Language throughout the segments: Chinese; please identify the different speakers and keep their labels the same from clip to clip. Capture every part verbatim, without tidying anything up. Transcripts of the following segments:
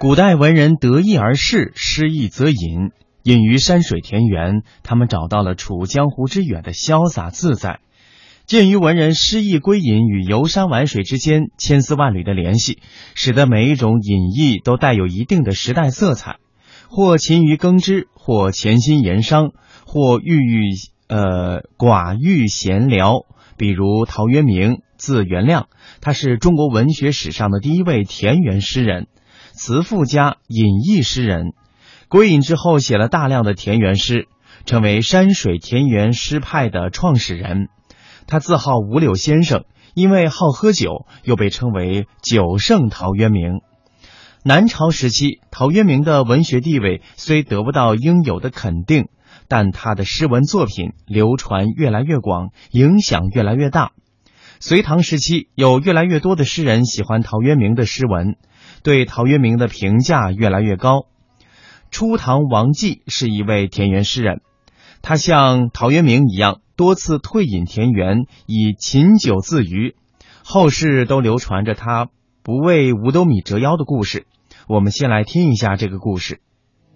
Speaker 1: 古代文人得意而仕，失意则隐。隐于山水田园，他们找到了处江湖之远的潇洒自在。鉴于文人失意归隐与游山玩水之间千丝万缕的联系，使得每一种隐逸都带有一定的时代色彩，或勤于耕织，或潜心研商，或郁郁呃寡欲闲聊。比如陶渊明，字元亮，他是中国文学史上的第一位田园诗人，词赋家，隐逸诗人。归隐之后写了大量的田园诗，成为山水田园诗派的创始人。他自号五柳先生，因为好喝酒，又被称为酒圣陶渊明。南朝时期，陶渊明的文学地位虽得不到应有的肯定，但他的诗文作品流传越来越广，影响越来越大。隋唐时期，有越来越多的诗人喜欢陶渊明的诗文，对陶渊明的评价越来越高。初唐王继是一位田园诗人，他像陶渊明一样多次退隐田园，以琴酒自娱，后世都流传着他不为五斗米折腰的故事。我们先来听一下这个故事。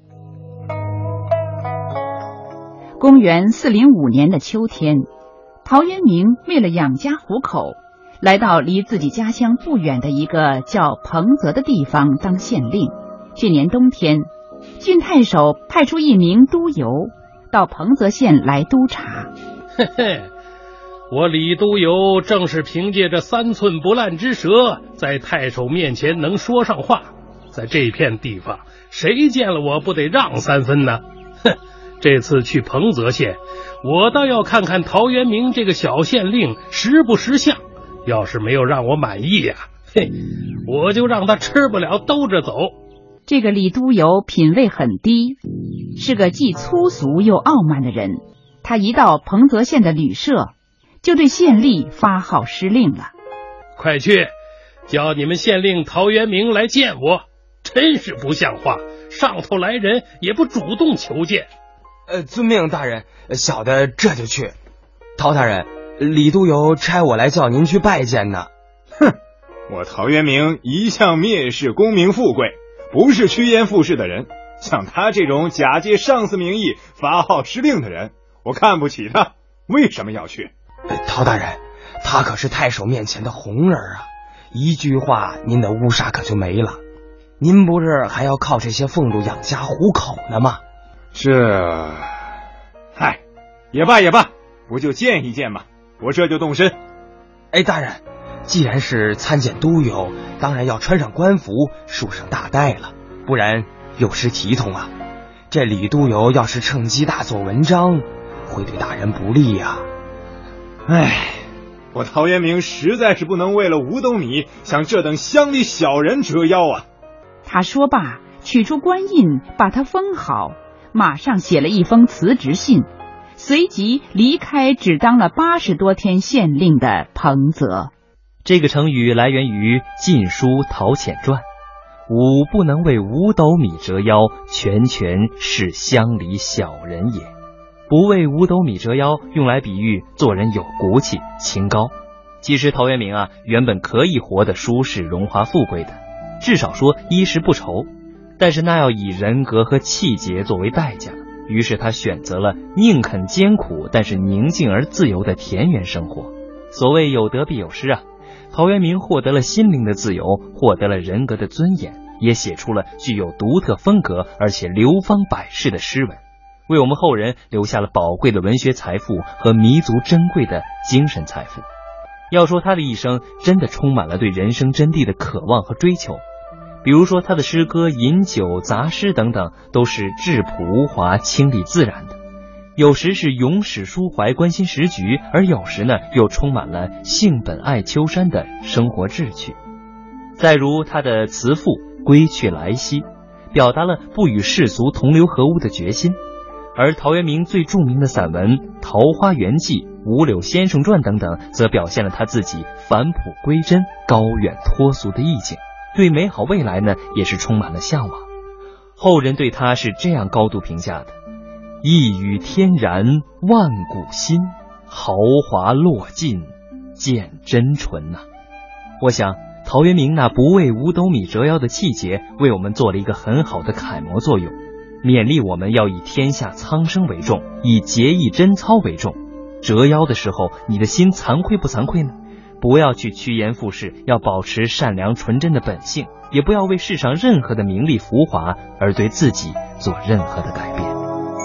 Speaker 2: 公元四零五年的秋天，陶渊明为了养家糊口，来到离自己家乡不远的一个叫彭泽的地方当县令。这年冬天，郡太守派出一名督邮到彭泽县来督察。
Speaker 3: 嘿嘿，我李督邮正是凭借着三寸不烂之舌，在太守面前能说上话。在这片地方，谁见了我不得让三分呢？哼，这次去彭泽县，我倒要看看陶渊明这个小县令识不识相。要是没有让我满意呀、啊，嘿，我就让他吃不了兜着走。
Speaker 2: 这个李督邮品位很低，是个既粗俗又傲慢的人。他一到彭泽县的旅社，就对县吏发号施令了：
Speaker 3: 快去叫你们县令陶渊明来见我。真是不像话，上头来人也不主动求见。
Speaker 4: 呃，遵命大人，小的这就去。陶大人，李督邮差我来叫您去拜见呢。
Speaker 5: 哼，我陶渊明一向蔑视功名富贵，不是趋炎附势的人。像他这种假借上司名义发号施令的人，我看不起他，为什么要去？
Speaker 4: 陶大人，他可是太守面前的红人啊，一句话您的乌纱可就没了。您不是还要靠这些俸禄养家糊口呢吗？
Speaker 5: 这，嗨，也罢也罢，不就见一见吗？我这就动身。
Speaker 4: 哎，大人，既然是参见督邮，当然要穿上官服，束上大带了，不然有失体统啊。这李督邮要是趁机大做文章，会对大人不利呀、
Speaker 5: 啊。哎，我陶渊明实在是不能为了五斗米向这等乡里小人折腰啊。
Speaker 2: 他说罢，取出官印，把他封好，马上写了一封辞职信，随即离开只当了八十多天县令的彭泽。
Speaker 6: 这个成语来源于《晋书·陶潜传》，吾不能为五斗米折腰，全全是乡里小人也。不为五斗米折腰，用来比喻做人有骨气、清高。其实陶渊明啊，原本可以活得舒适、荣华富贵的，至少说衣食不愁，但是那要以人格和气节作为代价，于是他选择了宁肯艰苦但是宁静而自由的田园生活。所谓有得必有失啊，陶渊明获得了心灵的自由，获得了人格的尊严，也写出了具有独特风格而且流芳百世的诗文，为我们后人留下了宝贵的文学财富和弥足珍贵的精神财富。要说他的一生真的充满了对人生真谛的渴望和追求，比如说他的诗歌、饮酒、杂诗等等，都是质朴无华、清丽自然的，有时是咏史抒怀、关心时局，而有时呢又充满了性本爱丘山的生活志趣。再如他的词赋《归去来兮》，表达了不与世俗同流合污的决心，而陶渊明最著名的散文《桃花源记》《五柳先生传》等等，则表现了他自己返璞归真、高远脱俗的意境，对美好未来呢也是充满了向往。后人对他是这样高度评价的：一语天然万古新，豪华落尽见真纯呐、啊。我想陶渊明那不为五斗米折腰的气节，为我们做了一个很好的楷模作用，勉励我们要以天下苍生为重，以节义贞操为重。折腰的时候，你的心惭愧不惭愧呢？不要去趋炎附势，要保持善良纯真的本性，也不要为世上任何的名利浮华而对自己做任何的改变。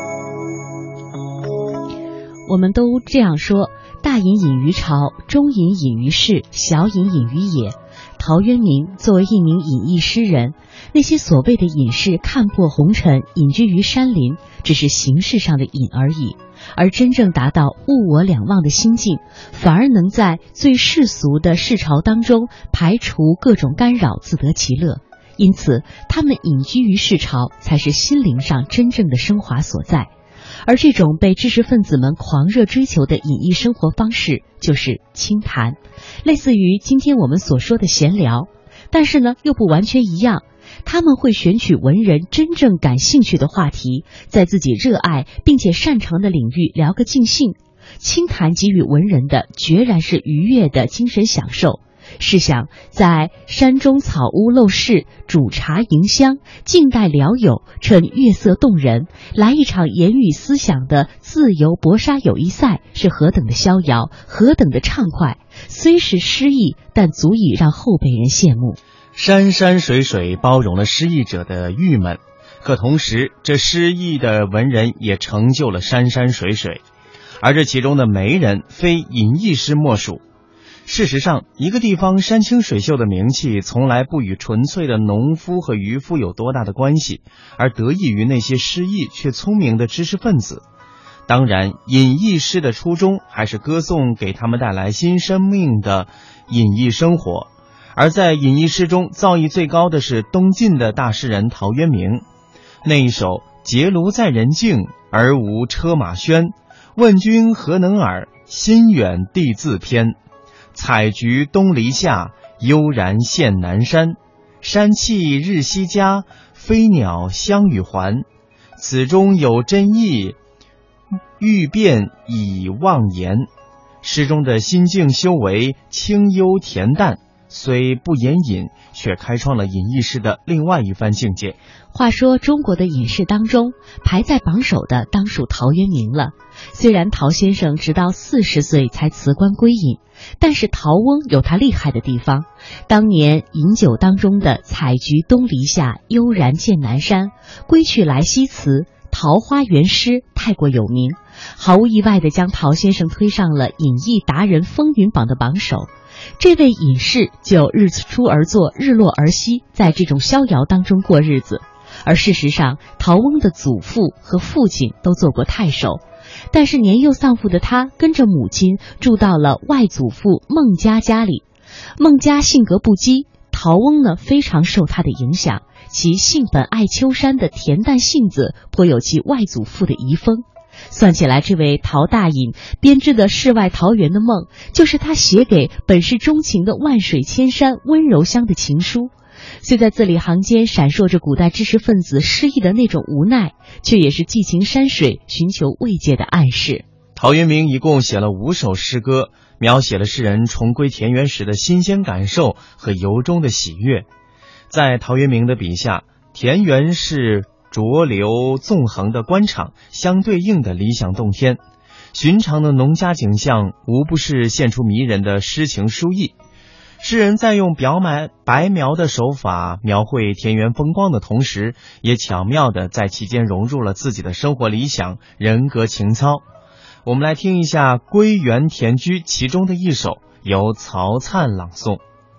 Speaker 7: 我们都这样说，大隐隐于朝，中隐隐于市，小隐隐于野。陶渊明作为一名隐逸诗人，那些所谓的隐士看破红尘，隐居于山林，只是形式上的隐而已，而真正达到物我两忘的心境，反而能在最世俗的世潮当中排除各种干扰，自得其乐。因此他们隐居于世潮，才是心灵上真正的升华所在。而这种被知识分子们狂热追求的隐逸生活方式，就是清谈，类似于今天我们所说的闲聊，但是呢又不完全一样。他们会选取文人真正感兴趣的话题，在自己热爱并且擅长的领域聊个尽兴。清谈给予文人的决然是愉悦的精神享受。试想，在山中草屋陋室，煮茶迎香，静待聊友，趁月色动人，来一场言语思想的自由搏杀友谊赛，是何等的逍遥，何等的畅快。虽是诗意，但足以让后辈人羡慕。
Speaker 1: 山山水水包容了诗意者的郁闷，可同时这诗意的文人也成就了山山水水，而这其中的媒人非隐逸诗莫属。事实上，一个地方山清水秀的名气从来不与纯粹的农夫和渔夫有多大的关系，而得益于那些诗意却聪明的知识分子。当然，隐逸诗的初衷还是歌颂给他们带来新生命的隐逸生活。而在隐逸诗中，造诣最高的是东晋的大诗人陶渊明。那一首结庐在人境，而无车马喧，问君何能尔，心远地自偏。采菊东篱下，悠然见南山。山气日夕佳，飞鸟相与还。此中有真意，欲辨已忘言。诗中的心境修为清幽恬淡，虽不言隐，却开创了隐逸诗的另外一番境界。
Speaker 7: 话说中国的隐士当中，排在榜首的当属陶渊明了。虽然陶先生直到四十岁才辞官归隐，但是陶翁有他厉害的地方。当年饮酒当中的采菊东篱下，悠然见南山，归去来兮辞，桃花源诗太过有名，毫无意外地将陶先生推上了隐逸达人风云榜的榜首。这位隐士就日出而作，日落而息，在这种逍遥当中过日子。而事实上，陶翁的祖父和父亲都做过太守，但是年幼丧父的他跟着母亲住到了外祖父孟家家里。孟家性格不羁，陶翁呢非常受他的影响，其性本爱丘山的恬淡性子颇有其外祖父的遗风。算起来，这位陶大隐编织的世外桃源的梦，就是他写给本是钟情的万水千山温柔乡的情书。虽在字里行间闪烁着古代知识分子诗意的那种无奈，却也是寄情山水寻求慰藉的暗示。
Speaker 1: 陶渊明一共写了五首诗歌，描写了诗人重归田园时的新鲜感受和由衷的喜悦。在陶渊明的笔下，田园是浊流纵横的官场，相对应的理想洞天。寻常的农家景象无不是现出迷人的诗情书意。诗人在用表白白描的手法描绘田园风光的同时，也巧妙地在其间融入了自己的生活理想、人格情操。我们来听一下《归园田居》其中的一首，由曹灿朗诵。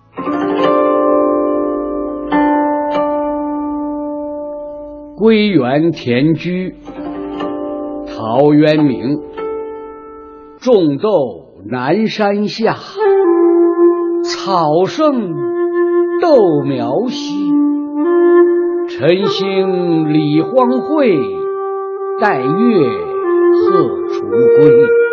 Speaker 8: 归园田居，陶渊明。种豆南山下，草盛豆苗稀。晨兴理荒秽，待月荷锄归。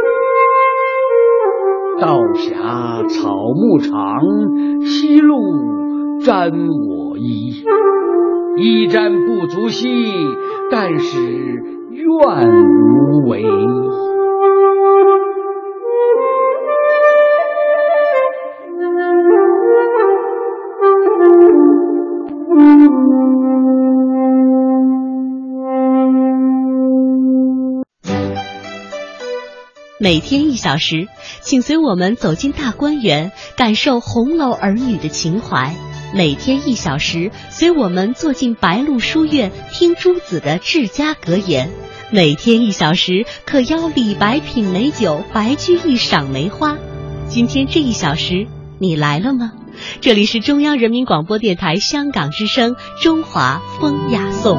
Speaker 8: 道狭草木长，夕露沾我衣。衣沾不足惜，但使愿无违。
Speaker 7: 每天一小时，请随我们走进大观园，感受红楼儿女的情怀。每天一小时，随我们坐进白鹿书院，听朱子的治家格言。每天一小时，可邀李白品美酒，白居易赏梅花。今天这一小时，你来了吗？这里是中央人民广播电台香港之声中华风雅颂。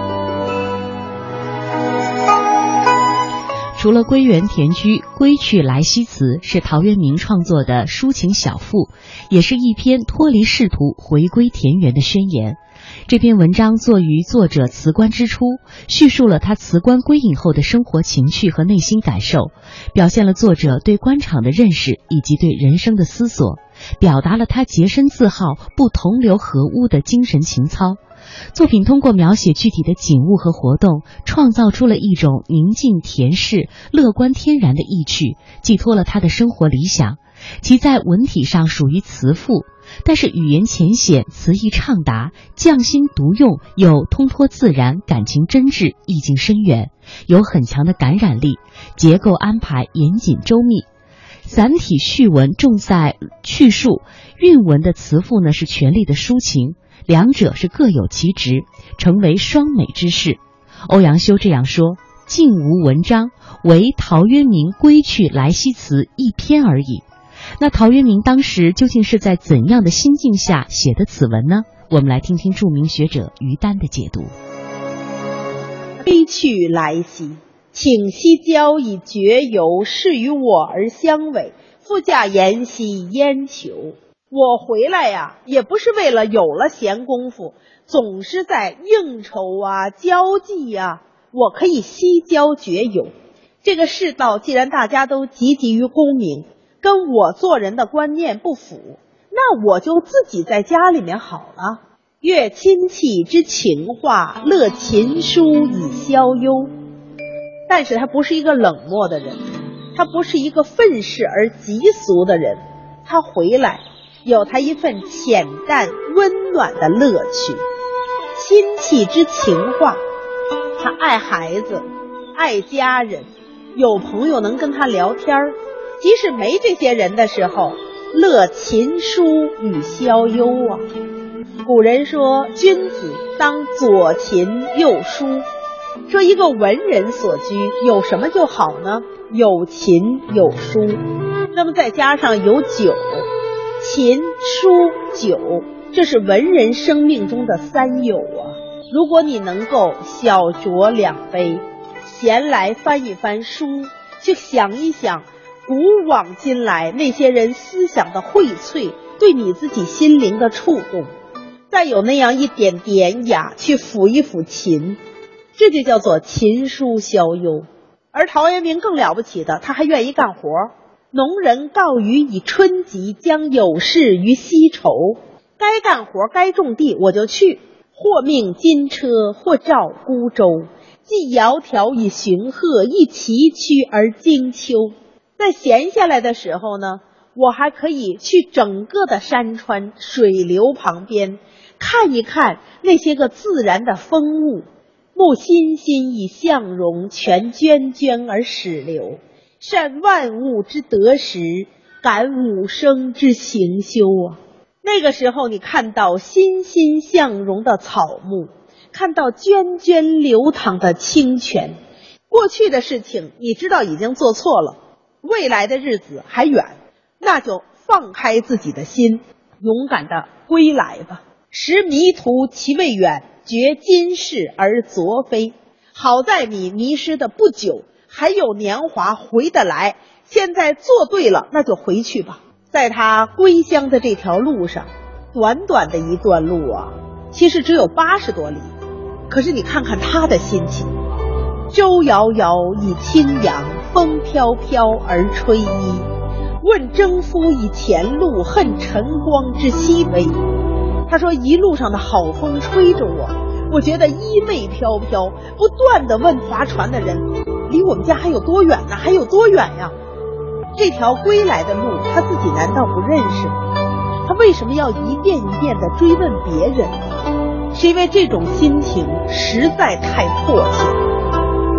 Speaker 7: 除了归园田居，归去来兮词是陶渊明创作的抒情小赋，也是一篇脱离仕途回归田园的宣言。这篇文章作于作者辞官之初，叙述了他辞官归隐后的生活情趣和内心感受，表现了作者对官场的认识以及对人生的思索，表达了他洁身自好、不同流合污的精神情操。作品通过描写具体的景物和活动，创造出了一种宁静恬适、乐观天然的意趣，寄托了他的生活理想。其在文体上属于词赋，但是语言浅显，词意畅达，匠心独用，又通脱自然，感情真挚，意境深远，有很强的感染力，结构安排严谨周密。散体序文重在叙述，韵文的词赋呢是全力的抒情，两者是各有其职，成为双美之势。欧阳修这样说：竟无文章，唯陶渊明归去来兮词一篇而已。那陶渊明当时究竟是在怎样的心境下写的此文呢？我们来听听著名学者于丹的解读。
Speaker 9: 归去来兮，请西郊以绝游，是与我而相违，复驾言兮焉求。我回来呀，也不是为了有了闲工夫总是在应酬啊交际啊，我可以西郊绝游。这个世道既然大家都汲汲于功名，跟我做人的观念不符，那我就自己在家里面好了，阅亲戚之情话，乐琴书以消忧。但是他不是一个冷漠的人，他不是一个愤世而极俗的人，他回来有他一份浅淡温暖的乐趣。亲戚之情话，他爱孩子，爱家人，有朋友能跟他聊天，即使没这些人的时候，乐琴书与消忧啊。古人说君子当左琴右书，说一个文人所居有什么就好呢？有琴有书，那么再加上有酒，琴书酒，这是文人生命中的三有啊。如果你能够小酌两杯，闲来翻一翻书，去想一想古往今来那些人思想的荟萃，对你自己心灵的触动，再有那样一点典雅，去抚一抚琴，这就叫做琴书消忧。而陶渊明更了不起的，他还愿意干活。农人告余以春及，将有事于西畴。该干活该种地我就去，或命金车，或召孤舟，既窈窕以雄鹤，亦崎岖而经秋。在闲下来的时候呢，我还可以去整个的山川水流旁边看一看那些个自然的风物。慕欣欣以向荣，泉涓涓而始流。善万物之得时，感五声之行休啊。那个时候你看到欣欣向荣的草木，看到涓涓流淌的清泉，过去的事情你知道已经做错了，未来的日子还远，那就放开自己的心，勇敢的归来吧。识迷途其未远，觉今是而昨非。好在你迷失的不久，还有年华回得来，现在做对了，那就回去吧。在他归乡的这条路上，短短的一段路啊，其实只有八十多里，可是你看看他的心情。舟遥遥以轻扬，风飘飘而吹衣。问征夫以前路，恨晨光之熹微。他说一路上的好风吹着我，我觉得衣袂飘飘，不断地问划船的人，离我们家还有多远呢？还有多远呀？这条归来的路他自己难道不认识吗？他为什么要一遍一遍地追问别人呢？是因为这种心情实在太迫切。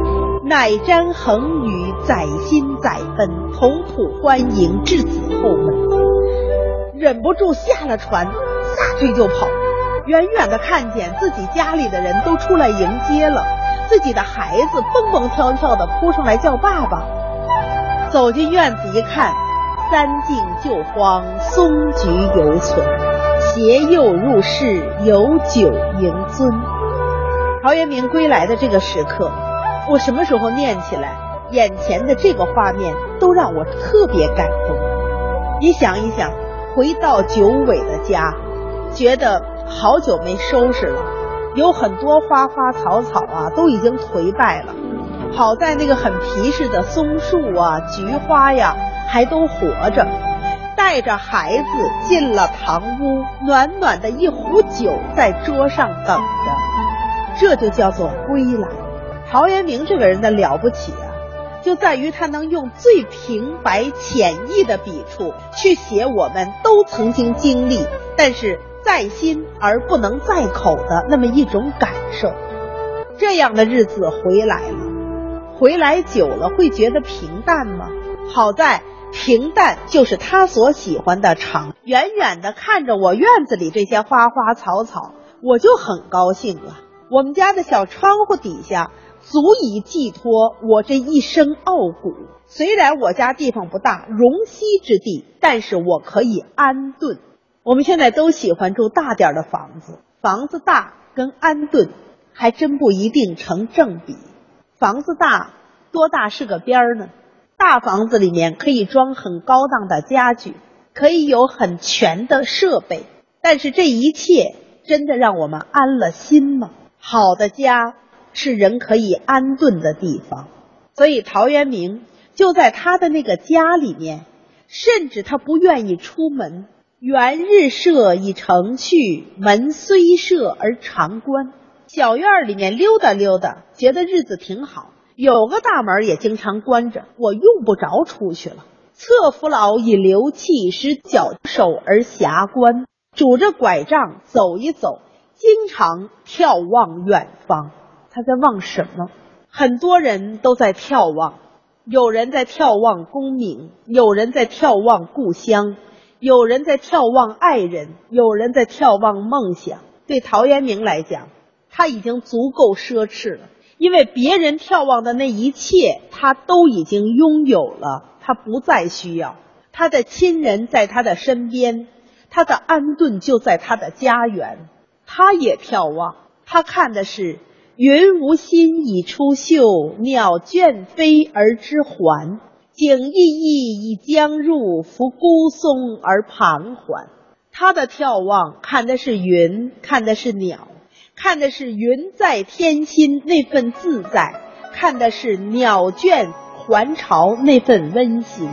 Speaker 9: 乃瞻恒宇，载心载奔，同谱欢迎，至子后门。忍不住下了船，撒腿就跑。远远的看见自己家里的人都出来迎接了，自己的孩子蹦蹦跳跳的扑上来叫爸爸。走进院子一看，三径旧荒，松菊犹存，携幼入室，有酒迎尊。陶渊明归来的这个时刻，我什么时候念起来，眼前的这个画面都让我特别感动。你想一想，回到九尾的家，觉得好久没收拾了，有很多花花草草啊都已经颓败了，好在那个很皮实的松树啊菊花呀还都活着。带着孩子进了堂屋，暖暖的一壶酒在桌上等着，这就叫做归来。陶渊明这个人的了不起啊，就在于他能用最平白浅易的笔触去写我们都曾经经历，但是在心而不能在口的那么一种感受。这样的日子回来了，回来久了会觉得平淡吗？好在平淡就是他所喜欢的长。远远的看着我院子里这些花花草草，我就很高兴了。我们家的小窗户底下足以寄托我这一生傲骨。虽然我家地方不大，容膝之地，但是我可以安顿。我们现在都喜欢住大点的房子，房子大跟安顿还真不一定成正比。房子大多大是个边儿呢？大房子里面可以装很高档的家具，可以有很全的设备，但是这一切真的让我们安了心吗？好的家是人可以安顿的地方。所以陶渊明就在他的那个家里面，甚至他不愿意出门。元日射已成去，门虽设而常关。小院里面溜达溜达，觉得日子挺好，有个大门也经常关着，我用不着出去了。侧扶老以流气，使脚手而遐观。拄着拐杖走一走，经常眺望远方。他在望什么？很多人都在眺望，有人在眺望功名，有人在眺望故乡，有人在眺望爱人，有人在眺望梦想。对陶渊明来讲，他已经足够奢侈了，因为别人眺望的那一切他都已经拥有了，他不再需要。他的亲人在他的身边，他的安顿就在他的家园。他也眺望，他看的是云无心以出岫，鸟倦飞而知还。景翳翳以将入，扶孤松而盘桓。他的眺望看的是云，看的是鸟，看的是云在天心那份自在，看的是鸟倦还巢那份温馨。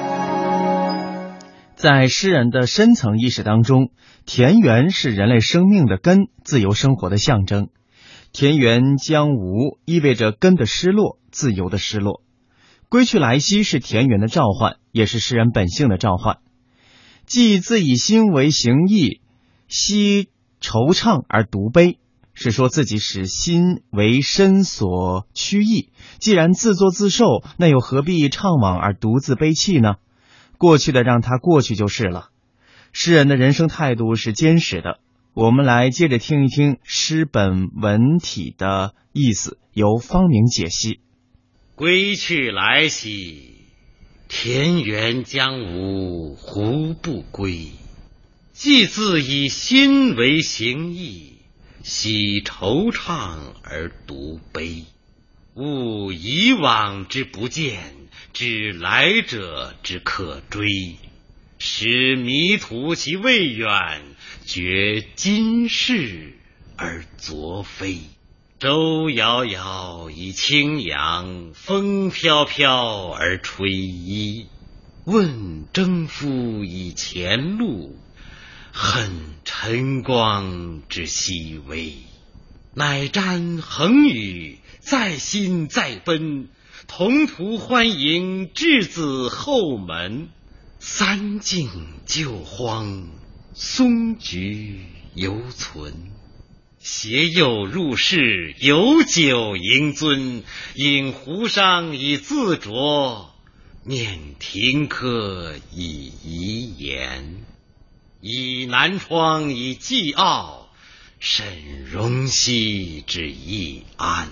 Speaker 1: 在诗人的深层意识当中，田园是人类生命的根，自由生活的象征。田园将无意味着根的失落，自由的失落。归去来兮是田园的召唤，也是诗人本性的召唤。既自以心为形役，惜惆怅而独悲，是说自己使心为身所驱役。既然自作自受，那又何必怅惘而独自悲泣呢？过去的让它过去就是了。诗人的人生态度是坚实的。我们来接着听一听诗本文体的意思，由方明解析。
Speaker 10: 归去来兮，田园将无胡不归？既自以心为形役，惜惆怅而独悲。悟以往之不见，知来者之可追。使迷途其未远，觉今是而昨非。舟遥遥以轻扬，风飘飘而吹衣。问征夫以前路，恨晨光之熹微。乃瞻恒宇，在心在奔，同途欢迎，至子后门。三径旧荒，松菊犹存， 携幼入室，有酒迎尊，饮壶觞以自酌，面庭客以遗言。倚南窗以寄傲，审容膝之易安。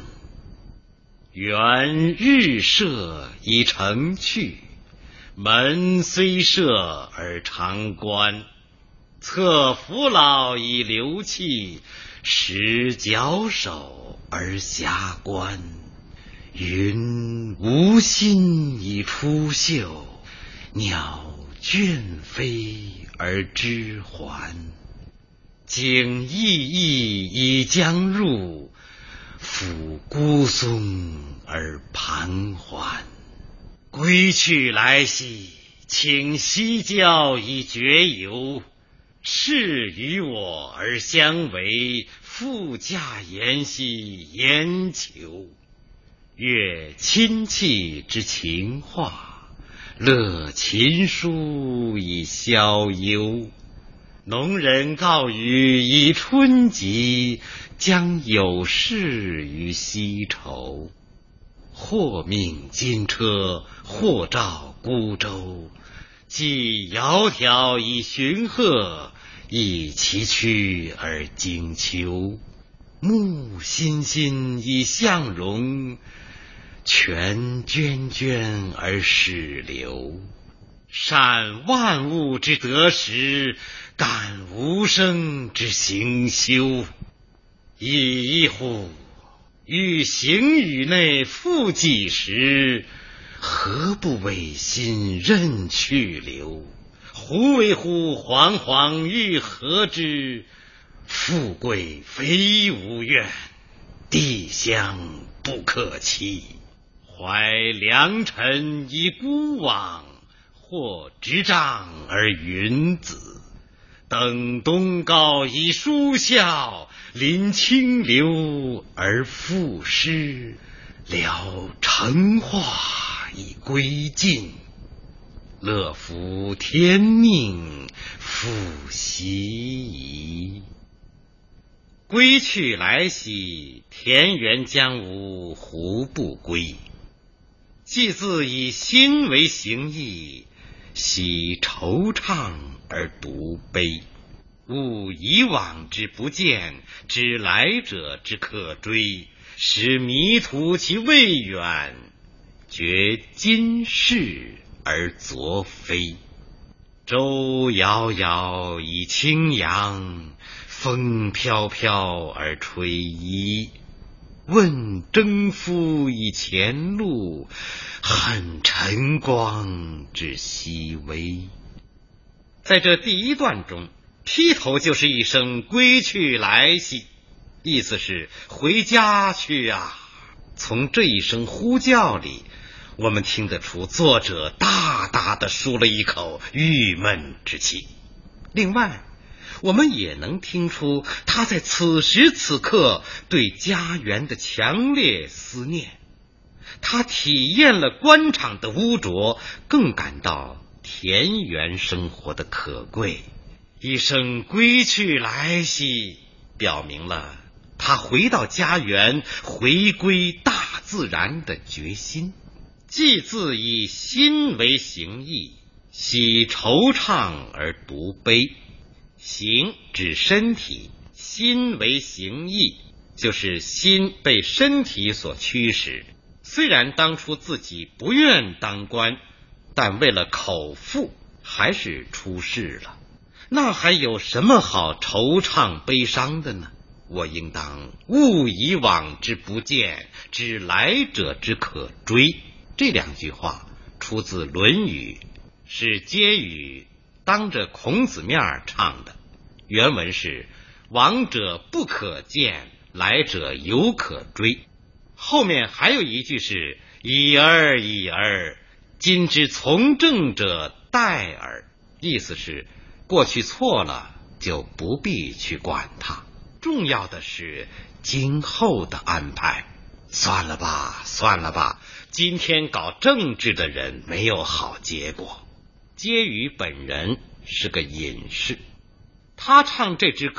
Speaker 10: 缘日设以成趣，门虽设而常关。侧扶老以流气，使矫首而遐观。云无心以出岫，鸟倦飞而知还。景翳翳以将入，抚孤松而盘桓。归去来兮，请西郊以绝游。士与我而相违，妇驾言兮焉求。阅亲戚之情话，乐琴书以消忧。农人告余以春集，将有事于西畴。或命金车，或召孤舟，既窈窕以寻壑，亦崎岖而经丘。木欣欣以向荣，泉涓涓而始流。善万物之得时，感无声之行休。已矣乎！欲行于内复几时？何不违心任去留？胡为乎惶惶欲何之？富贵非吾愿，地相不可欺。怀良辰以孤往，或执杖而云子。登东皋以舒啸，临清流而赋诗。了成化以归尽，乐夫天命复习矣。归去来兮，田园将芜胡不归？既自以心为形役，喜惆怅而独悲。悟以往之不见，知来者之可追，使迷途其未远，觉今是而昨非。舟遥遥以轻扬，风飘飘而吹衣。问征夫以前路，恨晨光之熹微。在这第一段中，劈头就是一声归去来兮，意思是回家去啊。从这一声呼叫里，我们听得出作者大大的舒了一口郁闷之气。另外，我们也能听出他在此时此刻对家园的强烈思念。他体验了官场的污浊，更感到田园生活的可贵。一声归去来兮，表明了他回到家园，回归大自然的决心。既自以心为形役，喜惆怅而独悲。形指身体，心为形役，就是心被身体所驱使。虽然当初自己不愿当官，但为了口腹还是出仕了。那还有什么好惆怅悲伤的呢？我应当悟以往之不见，知来者之可追。这两句话出自《论语》，是接语当着孔子面唱的。原文是：往者不可见，来者犹可追。后面还有一句是：已而已而，今之从政者殆耳。意思是过去错了就不必去管它，重要的是今后的安排。算了吧算了吧，今天搞政治的人没有好结果。接语本人是个隐士，他唱这支歌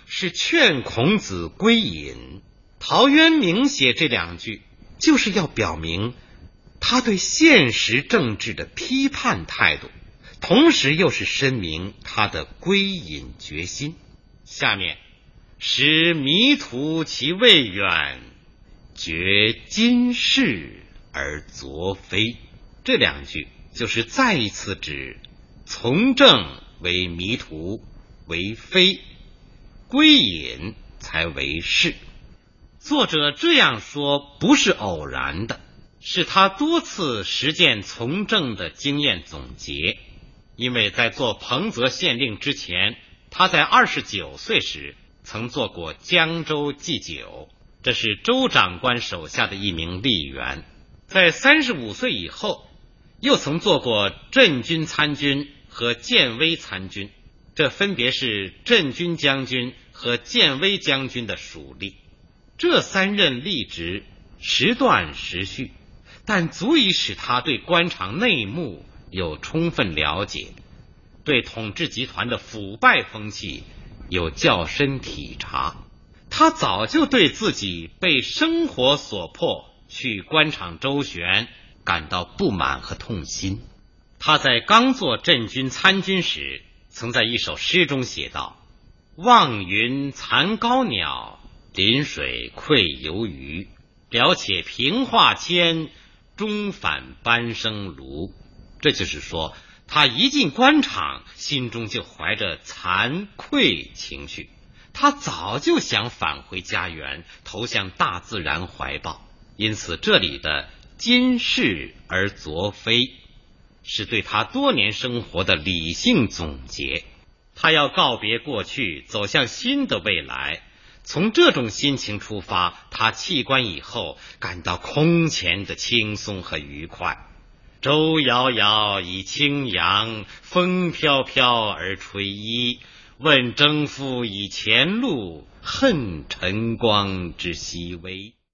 Speaker 10: 是劝孔子归隐。陶渊明写这两句，就是要表明他对现实政治的批判态度，同时又是申明他的归隐决心。下面使迷途其未远，觉今是而昨非，这两句就是再一次指从政为迷途，为非；归隐才为是。作者这样说不是偶然的，是他多次实践从政的经验总结。因为在做彭泽县令之前，他在二十九岁时曾做过江州祭酒，这是周长官手下的一名吏员。在三十五岁以后，又曾做过镇军参军和建威参军，这分别是镇军将军和建威将军的属吏。这三任吏职时断时续，但足以使他对官场内幕有充分了解，对统治集团的腐败风气有较深体察。他早就对自己被生活所迫去官场周旋感到不满和痛心。他在刚做镇军参军时，曾在一首诗中写道：望云残高鸟，临水愧游鱼，了且平化迁，终返班生庐。这就是说，他一进官场，心中就怀着惭愧情绪，他早就想返回家园，投向大自然怀抱。因此这里的今是而昨非，是对他多年生活的理性总结。他要告别过去，走向新的未来。从这种心情出发，他弃官以后感到空前的轻松和愉快。舟遥遥以轻扬，风飘飘而吹衣。问征夫以前路，恨晨光之熹微。